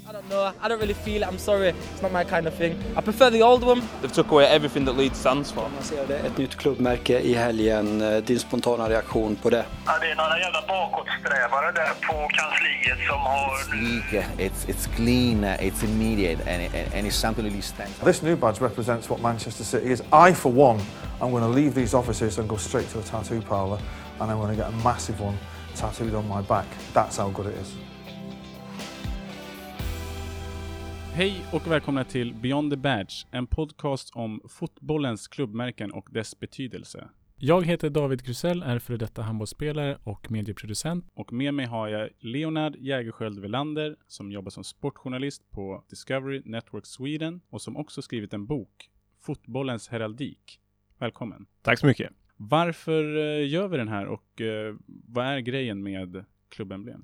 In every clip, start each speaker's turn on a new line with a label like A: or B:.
A: I don't know. I don't really feel it. I'm sorry. It's not my kind of thing. I prefer the old one.
B: They've took away everything that Leeds stands for.
C: Man ser det ett nytt klubbmärke i helgen. Din spontana reaktion på det?
D: Ja, det är några jävla bakåtsträvare där på kansliet som har...
E: It's clean, it's immediate and it's something that Leeds stands for.
F: This new badge represents what Manchester City is. I, for one, I'm going to leave these offices and go straight to a tattoo parlour, and I'm going to get a massive one tattooed on my back. That's how good it is.
G: Hej och välkomna till Beyond the Badge, en podcast om fotbollens klubbmärken och dess betydelse. Jag heter David Krusell, är före detta handbollsspelare och medieproducent. Och med mig har jag Leonard Jägerskiöld Welander som jobbar som sportjournalist på Discovery Network Sweden och som också skrivit en bok, Fotbollens heraldik. Välkommen.
H: Tack så mycket.
G: Varför gör vi den här och vad är grejen med klubbemblem?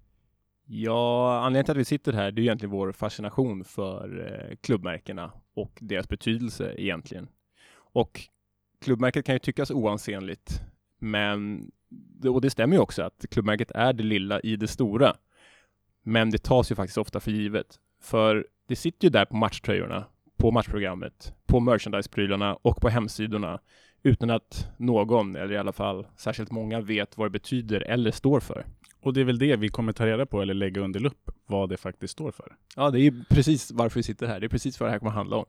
H: Ja, anledningen till att vi sitter här, det är egentligen vår fascination för klubbmärkena och deras betydelse egentligen. Och klubbmärket kan ju tyckas oansenligt, men och det stämmer ju också att klubbmärket är det lilla i det stora. Men det tas ju faktiskt ofta för givet. För det sitter ju där på matchtröjorna, på matchprogrammet, på merchandiseprylarna och på hemsidorna utan att någon, eller i alla fall särskilt många, vet vad det betyder eller står för.
G: Och det är väl det vi kommer ta reda på eller lägga under lupp vad det faktiskt står för.
H: Ja, det är ju precis varför vi sitter här. Det är precis vad det här kommer handla om.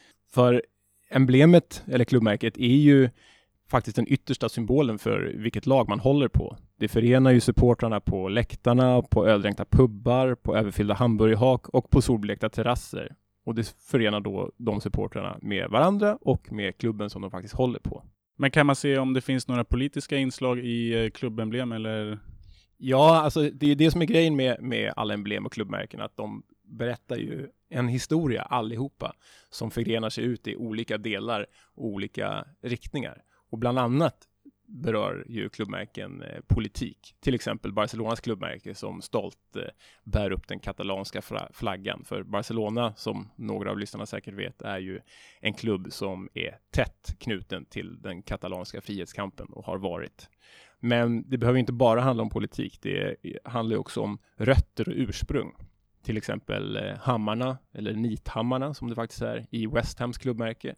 H: För emblemet eller klubbmärket är ju faktiskt den yttersta symbolen för vilket lag man håller på. Det förenar ju supportrarna på läktarna, på öldränkta pubbar, på överfyllda hamburgerhak och på solblekta terrasser. Och det förenar då de supportrarna med varandra och med klubben som de faktiskt håller på.
G: Men kan man se om det finns några politiska inslag i klubbemblem eller...
H: Ja, alltså det är det som är grejen med alla emblem och klubbmärken, att de berättar ju en historia allihopa som förgrenar sig ut i olika delar och olika riktningar. Och bland annat berör ju klubbmärken politik. Till exempel Barcelonas klubbmärke som stolt bär upp den katalanska flaggan. För Barcelona, som några av lyssnarna säkert vet, är ju en klubb som är tätt knuten till den katalanska frihetskampen och har varit. Men det behöver inte bara handla om politik. Det handlar ju också om rötter och ursprung. Till exempel hammarna, eller nithammarna som det faktiskt är i West Hams klubbmärke,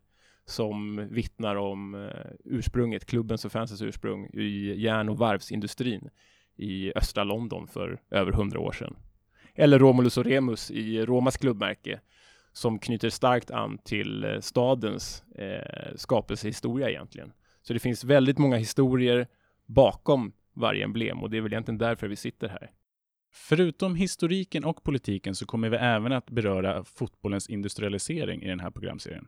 H: som vittnar om ursprunget, klubbens och fansens ursprung i järn- och varvsindustrin i östra London för över 100 år sedan. Eller Romulus och Remus i Romas klubbmärke som knyter starkt an till stadens skapelsehistoria egentligen. Så det finns väldigt många historier bakom varje emblem och det är väl egentligen därför vi sitter här.
G: Förutom historiken och politiken så kommer vi även att beröra fotbollens industrialisering i den här programserien.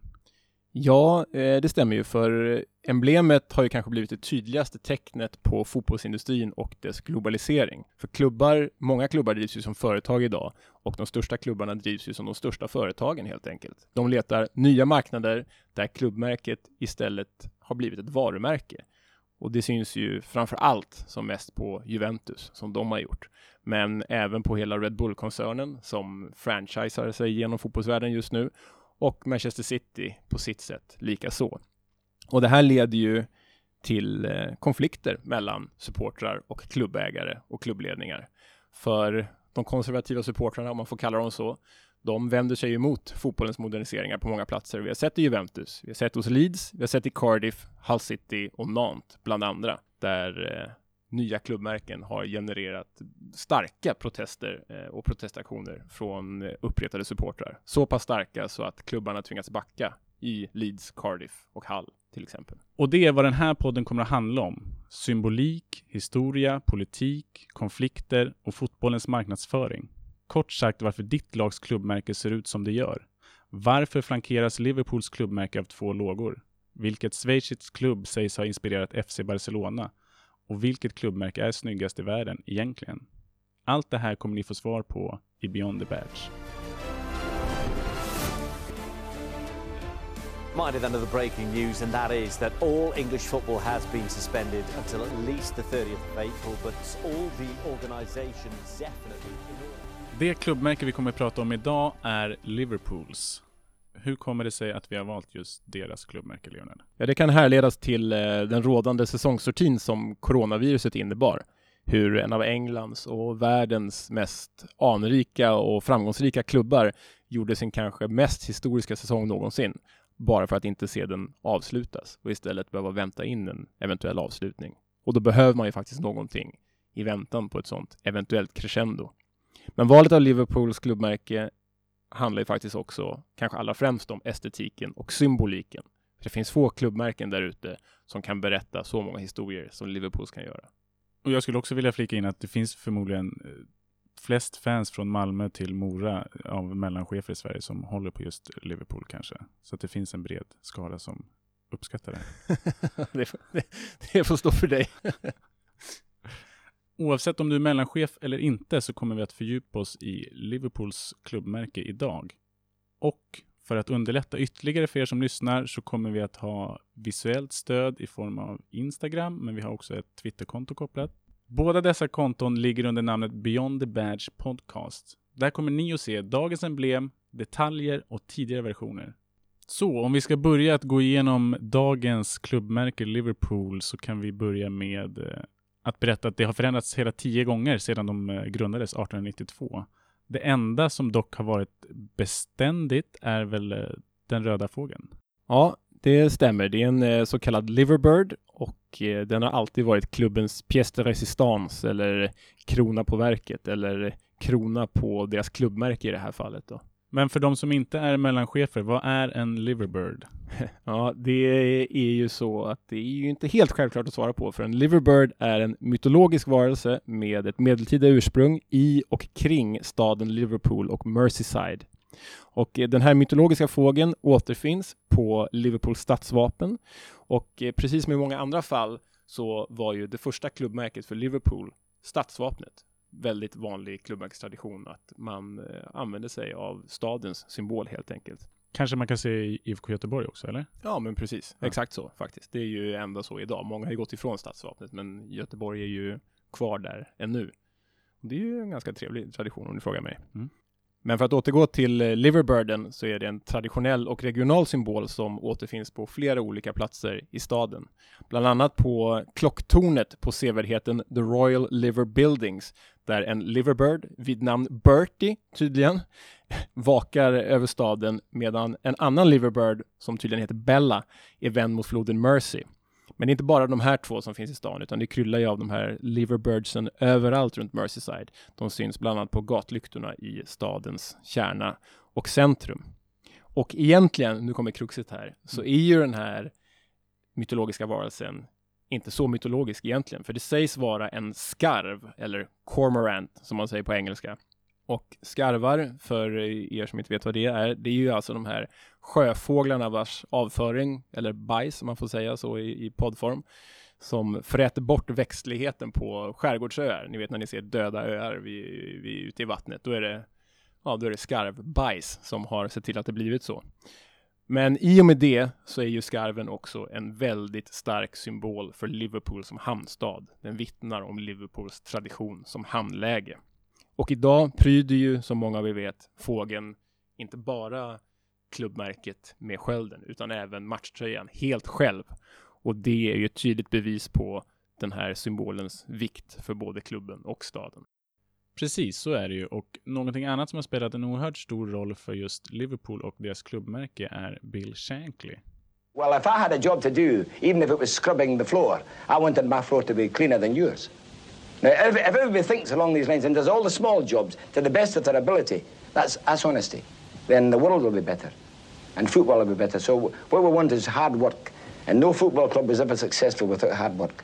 H: Ja, det stämmer ju, för emblemet har ju kanske blivit det tydligaste tecknet på fotbollsindustrin och dess globalisering. För många klubbar drivs ju som företag idag och de största klubbarna drivs ju som de största företagen helt enkelt. De letar nya marknader där klubbmärket istället har blivit ett varumärke. Och det syns ju framför allt som mest på Juventus som de har gjort. Men även på hela Red Bull-koncernen som franchisar sig genom fotbollsvärlden just nu. Och Manchester City på sitt sätt lika så. Och det här leder ju till konflikter mellan supportrar och klubbägare och klubbledningar. För de konservativa supportrarna, om man får kalla dem så, de vänder sig emot fotbollens moderniseringar på många platser. Vi har sett i Juventus, vi har sett hos Leeds, vi har sett i Cardiff, Hull City och Nantes bland andra. Där nya klubbmärken har genererat starka protester och protestaktioner från uppretade supportrar. Så pass starka så att klubbarna tvingas backa i Leeds, Cardiff och Hull till exempel.
G: Och det är vad den här podden kommer att handla om. Symbolik, historia, politik, konflikter och fotbollens marknadsföring. Kort sagt varför ditt lags klubbmärke ser ut som det gör. Varför flankeras Liverpools klubbmärke av 2 lågor? Vilket schweiziskt klubb sägs ha inspirerat FC Barcelona? Och vilket klubbmärke är snyggast i världen egentligen? Allt det här kommer ni få svar på i Beyond the Badge.
I: Reminded under the breaking news, and that is that all English football has been suspended until at least the 30th of April, but all the organisations definitely...
G: Det klubbmärke vi kommer att prata om idag är Liverpools. Hur kommer det sig att vi har valt just deras klubbmärke, Leonard?
H: Ja, det kan härledas till den rådande säsongsrutin som coronaviruset innebar. hur en av Englands och världens mest anrika och framgångsrika klubbar gjorde sin kanske mest historiska säsong någonsin, bara för att inte se den avslutas och istället behöva vänta in en eventuell avslutning. Och då behöver man ju faktiskt någonting i väntan på ett sånt eventuellt crescendo. Men valet av Liverpools klubbmärke handlar ju faktiskt också kanske allra främst om estetiken och symboliken. För det finns få klubbmärken där ute som kan berätta så många historier som Liverpools kan göra.
G: Och jag skulle också vilja flika in att det finns förmodligen flest fans från Malmö till Mora av mellanchefer i Sverige som håller på just Liverpool kanske. Så att det finns en bred skala som uppskattar det.
H: Det får stå för dig.
G: Oavsett om du är mellanchef eller inte så kommer vi att fördjupa oss i Liverpools klubbmärke idag. Och för att underlätta ytterligare för er som lyssnar så kommer vi att ha visuellt stöd i form av Instagram, men vi har också ett Twitterkonto kopplat. Båda dessa konton ligger under namnet Beyond the Badge Podcast. Där kommer ni att se dagens emblem, detaljer och tidigare versioner. Så om vi ska börja att gå igenom dagens klubbmärke Liverpool så kan vi börja med att berätta att det har förändrats hela 10 gånger sedan de grundades 1892. Det enda som dock har varit beständigt är väl den röda fågeln.
H: Ja, det stämmer. Det är en så kallad Liverbird och den har alltid varit klubbens pièce de résistance eller krona på verket eller krona på deras klubbmärke i det här fallet då.
G: Men för de som inte är mellanchefer, vad är en Liverbird?
H: Ja, det är ju så att det är ju inte helt självklart att svara på. För en Liverbird är en mytologisk varelse med ett medeltida ursprung i och kring staden Liverpool och Merseyside. Och den här mytologiska fågeln återfinns på Liverpools stadsvapen. Och precis som i många andra fall så var ju det första klubbmärket för Liverpool stadsvapnet. Väldigt vanlig klubbmärkestradition att man använder sig av stadens symbol helt enkelt.
G: Kanske man kan se i IFK Göteborg också, eller?
H: Ja, men precis. Ja. Exakt så faktiskt. Det är ju ändå så idag. Många har ju gått ifrån stadsvapnet, men Göteborg är ju kvar där ännu. Det är ju en ganska trevlig tradition om ni frågar mig. Mm. Men för att återgå till Liverbirden så är det en traditionell och regional symbol som återfinns på flera olika platser i staden. Bland annat på klocktornet på sevärdheten The Royal Liver Buildings där en Liverbird vid namn Bertie tydligen vakar över staden medan en annan Liverbird som tydligen heter Bella är vänd mot floden Mersey. Men det är inte bara de här två som finns i stan utan det kryllar ju av de här Liverbirdsen överallt runt Merseyside. De syns bland annat på gatlyktorna i stadens kärna och centrum. Och egentligen, nu kommer kruxet här, så är ju den här mytologiska varelsen inte så mytologisk egentligen. För det sägs vara en skarv eller cormorant som man säger på engelska. Och skarvar, för er som inte vet vad det är ju alltså de här sjöfåglarna vars avföring, eller bajs om man får säga så i poddform, som fräter bort växtligheten på skärgårdsöar. Ni vet när ni ser döda öar ute i vattnet, då är det skarvbajs som har sett till att det blivit så. Men i och med det så är ju skarven också en väldigt stark symbol för Liverpool som hamnstad. Den vittnar om Liverpools tradition som hamnläge. Och idag pryder ju, som många av er vet, fågeln inte bara klubbmärket med skölden utan även matchtröjan helt själv. Och det är ju ett tydligt bevis på den här symbolens vikt för både klubben och staden.
G: Precis, så är det ju. Och någonting annat som har spelat en oerhört stor roll för just Liverpool och deras klubbmärke är Bill Shankly.
J: Well, if I had a job to do, even if it was scrubbing the floor, I wanted my floor to be cleaner than yours. Now, if everybody thinks along these lines and does all the small jobs to the best of their ability, that's honesty, then the world will be better and football will be better. So what we want is hard work, and no football club is ever successful without hard work.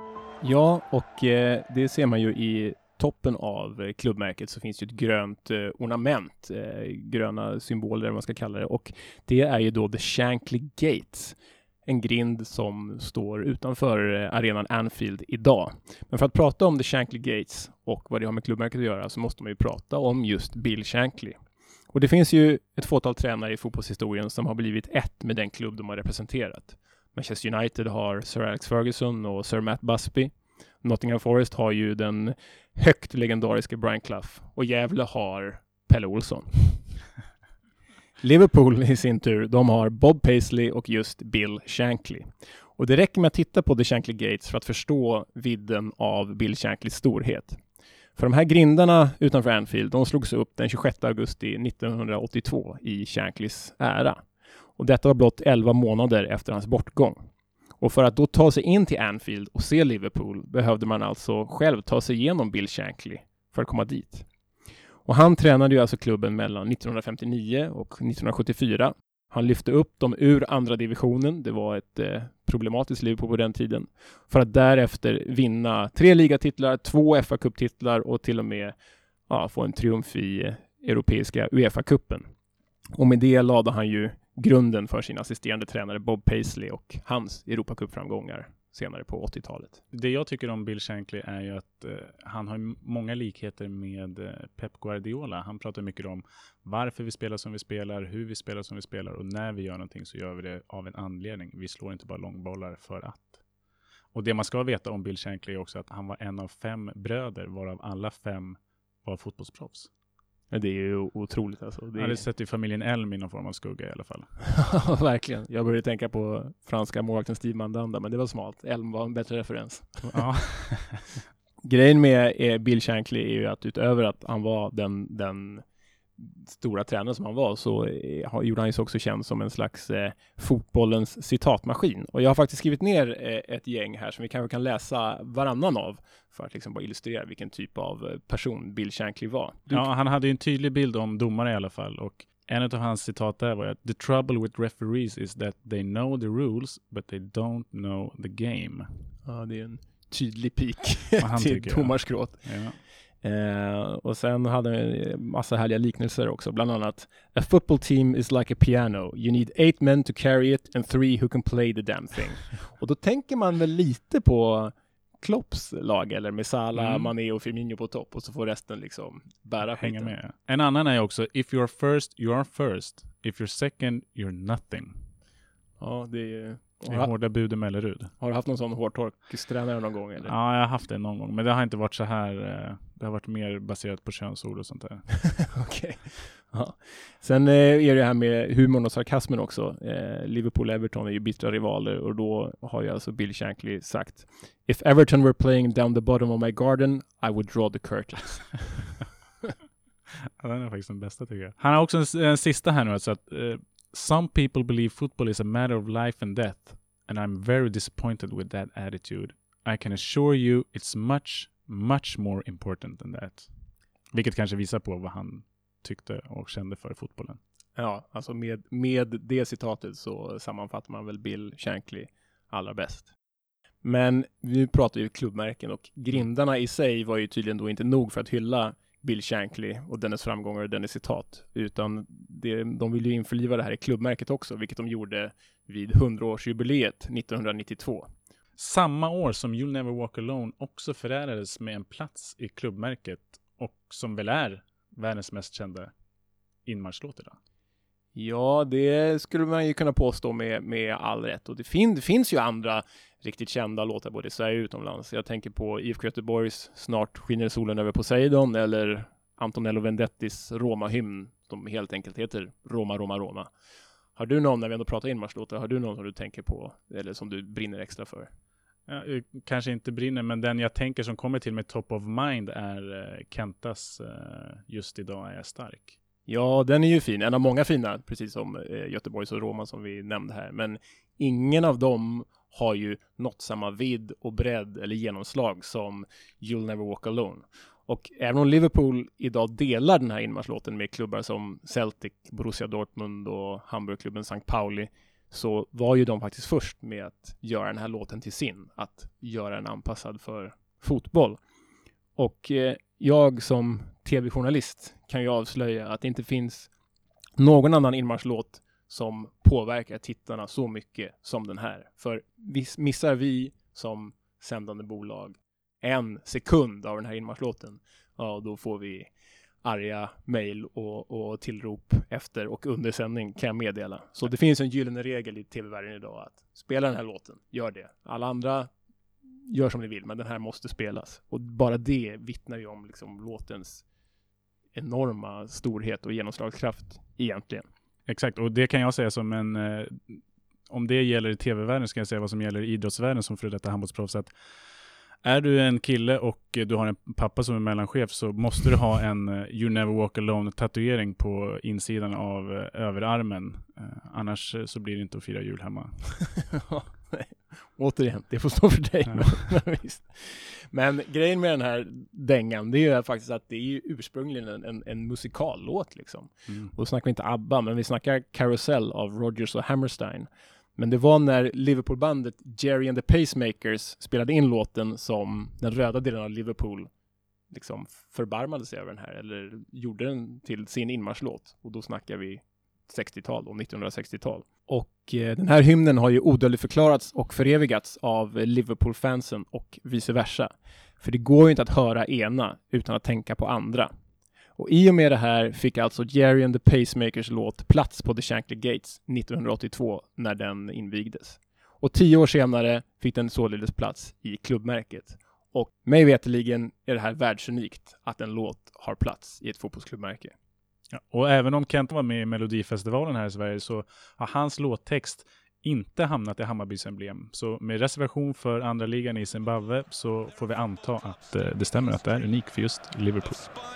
H: Ja, och det ser man ju i toppen av klubbmärket så finns ju ett grönt ornament, gröna symboler eller vad man ska kalla det, och det är ju då The Shankly Gates. En grind som står utanför arenan Anfield idag. Men för att prata om The Shankly Gates och vad det har med klubbmärket att göra så måste man ju prata om just Bill Shankly. Och det finns ju ett fåtal tränare i fotbollshistorien som har blivit ett med den klubb de har representerat. Manchester United har Sir Alex Ferguson och Sir Matt Busby. Nottingham Forest har ju den högt legendariska Brian Clough. Och Gävle har Pelle Olsson. Liverpool i sin tur, de har Bob Paisley och just Bill Shankly. Och det räcker med att titta på The Shankly Gates för att förstå vidden av Bill Shanklys storhet. För de här grindarna utanför Anfield, de slogs upp den 26 augusti 1982 i Shanklys ära. Och detta var blott 11 månader efter hans bortgång. Och för att då ta sig in till Anfield och se Liverpool behövde man alltså själv ta sig igenom Bill Shankly för att komma dit. Och han tränade ju alltså klubben mellan 1959 och 1974. Han lyfte upp dem ur andra divisionen. Det var ett problematiskt Liverpool på den tiden. För att därefter vinna 3 ligatitlar, 2 FA-cuptitlar och till och med få en triumf i europeiska UEFA-cupen. Och med det lade han ju grunden för sin assisterande tränare Bob Paisley och hans Europacup-framgångar senare på 80-talet.
G: Det jag tycker om Bill Shankly är ju att han har många likheter med Pep Guardiola. Han pratar mycket om varför vi spelar som vi spelar, hur vi spelar som vi spelar och när vi gör någonting så gör vi det av en anledning. Vi slår inte bara långbollar för att. Och det man ska veta om Bill Shankly är också att han var en av 5 bröder varav alla 5 var fotbollsproffs.
H: Det är ju otroligt alltså.
G: Jag hade sett i familjen Elm i någon form av skugga i alla fall.
H: Ja, verkligen. Jag började tänka på franska målvakten Steve Mandanda, men det var smalt. Elm var en bättre referens.
G: Ja.
H: Grejen med Bill Shankly är ju att utöver att han var den stora tränare som han var så gjorde han ju också känd som en slags fotbollens citatmaskin. Och jag har faktiskt skrivit ner ett gäng här som vi kanske kan läsa varannan av för att liksom bara illustrera vilken typ av person Bill Shankly var.
G: Ja, han hade ju en tydlig bild om domare i alla fall och en av hans citat där var att the trouble with referees is that they know the rules but they don't know the game.
H: Ja, det är en tydlig pik
G: han
H: till domarskråt.
G: Ja.
H: Och sen hade han massa härliga liknelser också. Bland annat a football team is like a piano. You need 8 men to carry it and 3 who can play the damn thing. Och då tänker man väl lite på Klopps lag eller med Salah, Mané och Firmino på topp och så får resten liksom bära
G: hänga
H: skiten.
G: med. En annan är också if you're first, you are first. If you're second, you're nothing.
H: Ja, det är ju
G: hårda bud i Mellerud.
H: Har du haft någon sån hårdtorkstränare någon gång? Eller?
G: Ja, jag har haft det någon gång. Men det har inte varit så här. Det har varit mer baserat på könsord och sånt där.
H: Okej. Ja. Sen är det här med humorn och sarkasmen också. Liverpool och Everton är ju bittra rivaler och då har ju alltså Bill Shankly sagt if Everton were playing down the bottom of my garden I would draw the curtains.
G: Ja, den är faktiskt den bästa tycker jag. Han har också en sista här nu alltså att some people believe football is a matter of life and death and I'm very disappointed with that attitude. I can assure you it's much more important than that. Vilket kanske visar på vad han tyckte och kände för fotbollen.
H: Ja, alltså med det citatet så sammanfattar man väl Bill Shankly allra bäst. Men vi pratar ju klubbmärken och grindarna i sig var ju tydligen då inte nog för att hylla Bill Shankly och dennes framgångar och dennes citat. Utan de ville ju införliva det här i klubbmärket också, vilket de gjorde vid 100-årsjubileet 1992.
G: Samma år som You'll Never Walk Alone också förärades med en plats i klubbmärket och som väl är världens mest kända inmarschlåt idag.
H: Ja, det skulle man ju kunna påstå med all rätt. Och det finns ju andra riktigt kända låtar både i Sverige och utomlands. Jag tänker på IFK Göteborgs Snart skiner solen över Poseidon eller Antonello Vendettis Roma-hymn som helt enkelt heter Roma, Roma, Roma. Har du någon, när vi ändå pratar inmarschlåtar, har du någon som du tänker på eller som du brinner extra för?
G: Ja, kanske inte brinner, men den jag tänker som kommer till med top of mind är Kentas Just idag är jag stark.
H: Ja, den är ju fin. En av många fina, precis som Göteborgs och Roma som vi nämnde här. Men ingen av dem har ju nått samma vidd och bredd eller genomslag som You'll Never Walk Alone. Och även om Liverpool idag delar den här inmarschlåten med klubbar som Celtic, Borussia Dortmund och Hamburgklubben St. Pauli, så var ju de faktiskt först med att göra den här låten till sin. Att göra den anpassad för fotboll. Och jag som tv-journalist kan ju avslöja att det inte finns någon annan inmarschlåt som påverkar tittarna så mycket som den här. För missar vi som sändande bolag en sekund av den här inmarschlåten, ja då får vi arga mejl och tillrop efter och under sändning kan jag meddela. Så det finns en gyllene regel i tv-världen idag att spela den här låten, gör det. Alla andra gör som ni vill, men den här måste spelas. Och bara det vittnar ju om liksom låtens enorma storhet och genomslagskraft egentligen.
G: Exakt, och det kan jag säga som en om det gäller i tv-världen ska jag säga vad som gäller i idrottsvärlden som för detta handbollsproffs, att är du en kille och du har en pappa som är mellanchef så måste du ha en You Never Walk Alone-tatuering på insidan av överarmen. Annars så blir det inte att fira jul hemma.
H: Nej. Återigen, det får stå för dig. Men grejen med den här dängan, det är ju faktiskt att det är ju ursprungligen en musikallåt liksom. Och då snackar vi inte ABBA, men vi snackar Carousel av Rodgers och Hammerstein. Men det var när Liverpool-bandet Jerry and the Pacemakers spelade in låten som den röda delen av Liverpool liksom förbarmade sig över den här, eller gjorde den till sin inmarschlåt. Och då snackar vi 60-tal och 1960-tal. Och den här hymnen har ju odödligförklarats och förevigats av Liverpool-fansen och vice versa. För det går ju inte att höra ena utan att tänka på andra. Och i och med det här fick alltså Jerry and the Pacemakers låt plats på The Shankly Gates 1982 när den invigdes. Och 10 år senare fick den således plats i klubbmärket. Och mig veteligen är det här världsunikt att en låt har plats i ett fotbollsklubbmärke.
G: Ja, och även om Kent var med i Melodifestivalen här i Sverige så har hans låttext inte hamnat i Hammarbys emblem. Så med reservation för andra ligan i Zimbabwe så får vi anta att det stämmer att det är unikt för just Liverpool.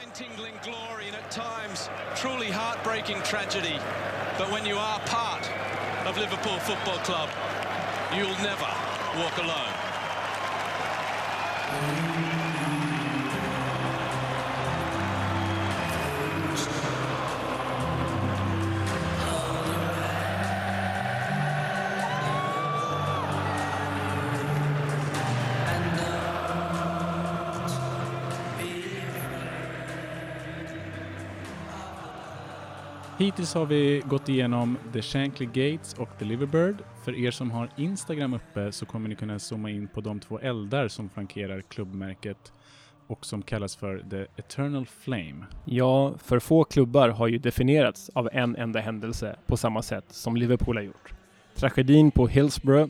K: Truly heartbreaking tragedy, but when you are part of Liverpool Football Club, you'll never walk alone.
G: Hittills har vi gått igenom The Shankly Gates och The Liverbird. För er som har Instagram uppe så kommer ni kunna zooma in på de 2 eldar som flankerar klubbmärket och som kallas för The Eternal Flame.
H: Ja, för få klubbar har ju definierats av en enda händelse på samma sätt som Liverpool har gjort. Tragedin på Hillsborough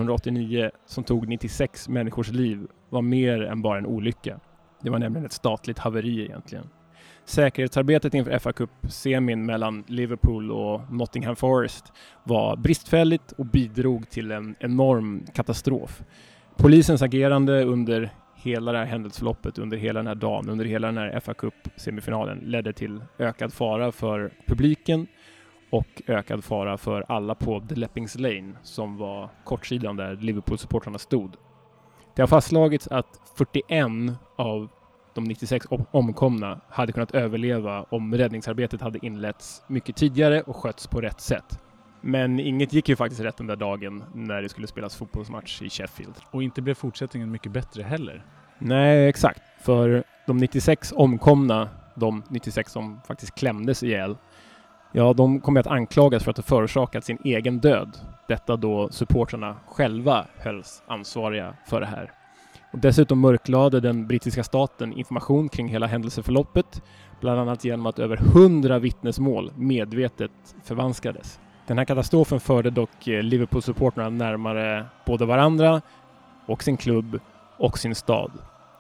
H: 1989 som tog 96 människors liv var mer än bara en olycka. Det var nämligen ett statligt haveri egentligen. Säkerhetsarbetet inför FA Cup-semin mellan Liverpool och Nottingham Forest var bristfälligt och bidrog till en enorm katastrof. Polisens agerande under hela det här händelseförloppet, under hela den här dagen, under hela den här FA Cup-semifinalen ledde till ökad fara för publiken och ökad fara för alla på The Leppings Lane som var kortsidan där Liverpool-supportrarna stod. Det har fastslagits att 41 av de 96 omkomna hade kunnat överleva om räddningsarbetet hade inletts mycket tidigare och skötts på rätt sätt. Men inget gick ju faktiskt rätt den där dagen när det skulle spelas fotbollsmatch i Sheffield.
G: Och inte blev fortsättningen mycket bättre heller.
H: Nej, exakt. För de 96 omkomna, de 96 som faktiskt klämdes ihjäl, ja, de kommer att anklagas för att ha förorsakat sin egen död. Detta då supportrarna själva hölls ansvariga för det här. Och dessutom mörklade den brittiska staten information kring hela händelseförloppet, bland annat genom att över 100 vittnesmål medvetet förvanskades. Den här katastrofen förde dock Liverpool-supportrarna närmare både varandra och sin klubb och sin stad.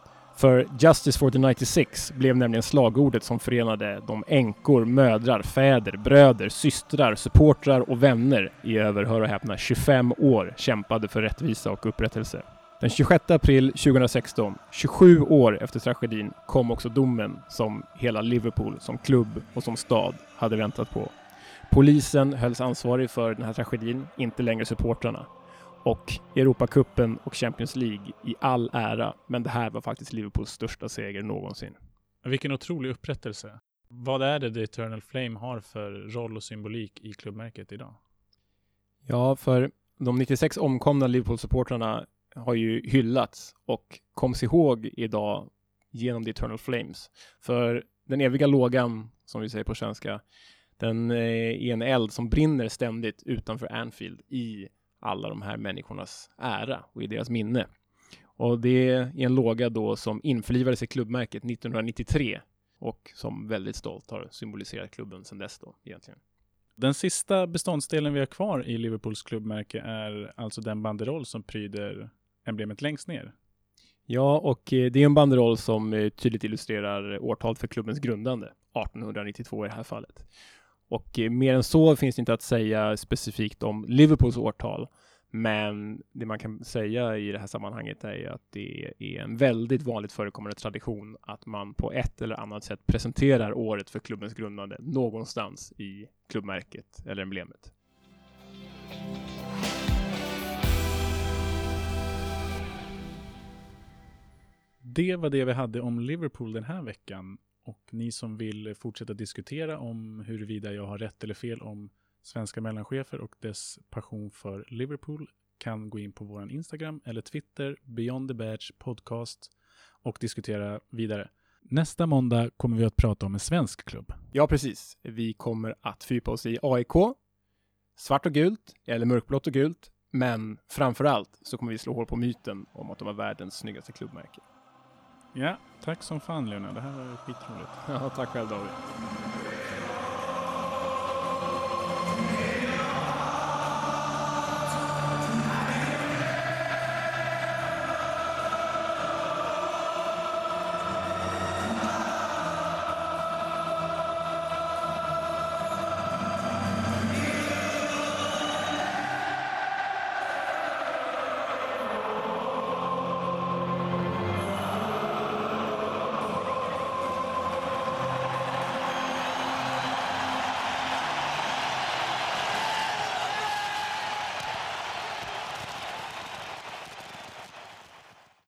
H: För Justice for the 96 blev nämligen slagordet som förenade de änkor, mödrar, fäder, bröder, systrar, supportrar och vänner i över, hör och häpna, 25 år kämpade för rättvisa och upprättelse. Den 26 april 2016, 27 år efter tragedin, kom också domen som hela Liverpool som klubb och som stad hade väntat på. Polisen hölls ansvarig för den här tragedin, inte längre supportrarna. Och Europacupen och Champions League i all ära, men det här var faktiskt Liverpools största seger någonsin.
G: Vilken otrolig upprättelse. Vad är det The Eternal Flame har för roll och symbolik i klubbmärket idag?
H: Ja, för de 96 omkomna Liverpool-supportrarna har ju hyllats och koms ihåg idag genom The Eternal Flames. För den eviga lågan, som vi säger på svenska, den är en eld som brinner ständigt utanför Anfield i alla de här människornas ära och i deras minne. Och det är en låga då som införlivades i klubbmärket 1993 och som väldigt stolt har symboliserat klubben sedan dess då egentligen.
G: Den sista beståndsdelen vi har kvar i Liverpools klubbmärke är alltså den banderoll som pryder emblemet längst ner.
H: Ja, och det är en banderoll som tydligt illustrerar årtalet för klubbens grundande, 1892 i det här fallet. Och mer än så finns det inte att säga specifikt om Liverpools årtal. Men det man kan säga i det här sammanhanget är att det är en väldigt vanligt förekommande tradition att man på ett eller annat sätt presenterar året för klubbens grundande någonstans i klubbmärket eller emblemet.
G: Det var det vi hade om Liverpool den här veckan. Och ni som vill fortsätta diskutera om huruvida jag har rätt eller fel om svenska mellanchefer och dess passion för Liverpool kan gå in på vår Instagram eller Twitter, Beyond the Badge podcast, och diskutera vidare. Nästa måndag kommer vi att prata om en svensk klubb.
H: Ja, precis. Vi kommer att fördjupa oss i AIK, svart och gult eller mörkblått och gult, men framförallt så kommer vi slå hål på myten om att de är världens snyggaste klubbmärke.
G: Ja, tack som fan Leonard. Det här var skitroligt.
H: Ja, tack själv David.